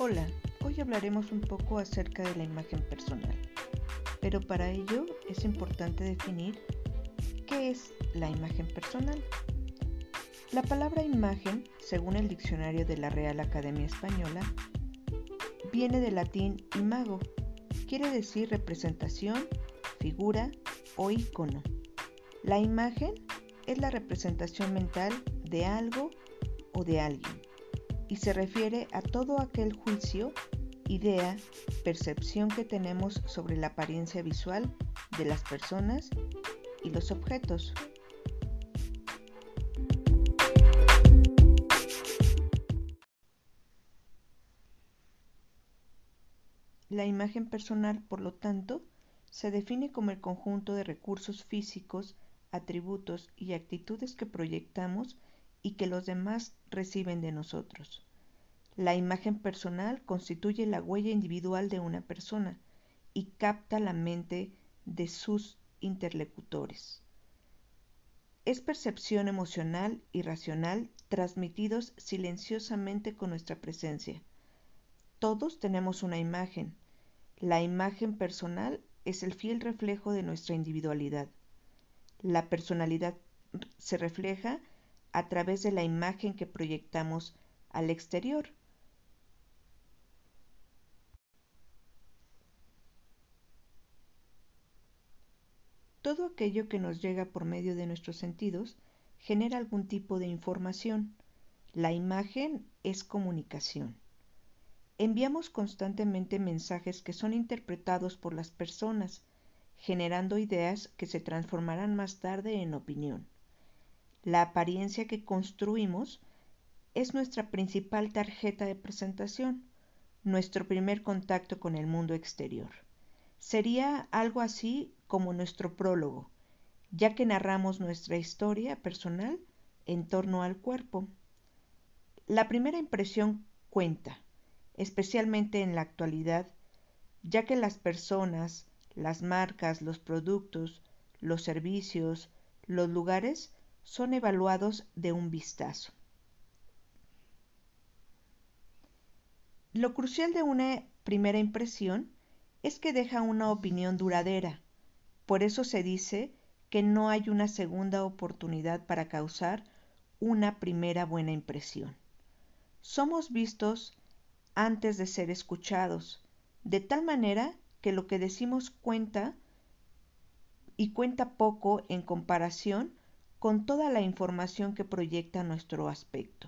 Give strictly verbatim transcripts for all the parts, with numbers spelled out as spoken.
Hola, hoy hablaremos un poco acerca de la imagen personal, pero para ello es importante definir qué es la imagen personal. La palabra imagen, según el diccionario de la Real Academia Española, viene del latín imago, quiere decir representación, figura o icono. La imagen es la representación mental de algo o de alguien y se refiere a todo aquel juicio, idea, percepción que tenemos sobre la apariencia visual de las personas y los objetos. La imagen personal, por lo tanto, se define como el conjunto de recursos físicos, atributos y actitudes que proyectamos y que los demás reciben de nosotros. La imagen personal constituye la huella individual de una persona y capta la mente de sus interlocutores. Es percepción emocional y racional transmitidos silenciosamente con nuestra presencia. Todos tenemos una imagen. La imagen personal es el fiel reflejo de nuestra individualidad. La personalidad se refleja a través de la imagen que proyectamos al exterior. Todo aquello que nos llega por medio de nuestros sentidos genera algún tipo de información. La imagen es comunicación. Enviamos constantemente mensajes que son interpretados por las personas, generando ideas que se transformarán más tarde en opinión. La apariencia que construimos es nuestra principal tarjeta de presentación, nuestro primer contacto con el mundo exterior. Sería algo así como nuestro prólogo, ya que narramos nuestra historia personal en torno al cuerpo. La primera impresión cuenta, especialmente en la actualidad, ya que las personas, las marcas, los productos, los servicios, los lugares son evaluados de un vistazo. Lo crucial de una primera impresión es que deja una opinión duradera. Por eso se dice que no hay una segunda oportunidad para causar una primera buena impresión. Somos vistos antes de ser escuchados, de tal manera que lo que decimos cuenta y cuenta poco en comparación con toda la información que proyecta nuestro aspecto.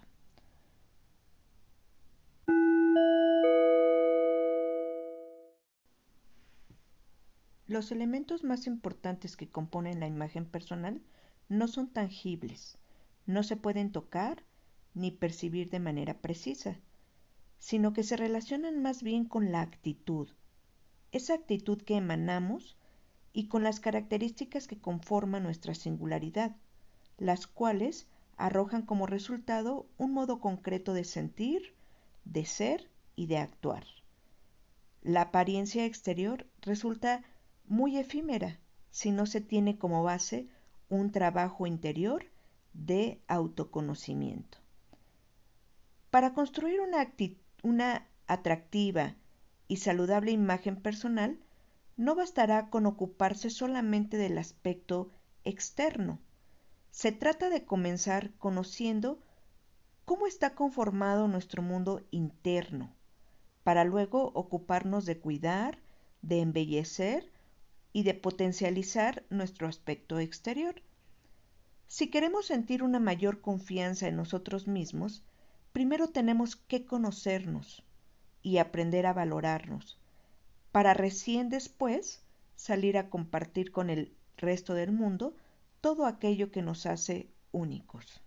Los elementos más importantes que componen la imagen personal no son tangibles, no se pueden tocar ni percibir de manera precisa, sino que se relacionan más bien con la actitud, esa actitud que emanamos y con las características que conforman nuestra singularidad, las cuales arrojan como resultado un modo concreto de sentir, de ser y de actuar. La apariencia exterior resulta muy efímera si no se tiene como base un trabajo interior de autoconocimiento. Para construir una, actitud, una atractiva y saludable imagen personal, no bastará con ocuparse solamente del aspecto externo. Se trata de comenzar conociendo cómo está conformado nuestro mundo interno, para luego ocuparnos de cuidar, de embellecer y de potencializar nuestro aspecto exterior. Si queremos sentir una mayor confianza en nosotros mismos, primero tenemos que conocernos y aprender a valorarnos, para recién después salir a compartir con el resto del mundo todo aquello que nos hace únicos.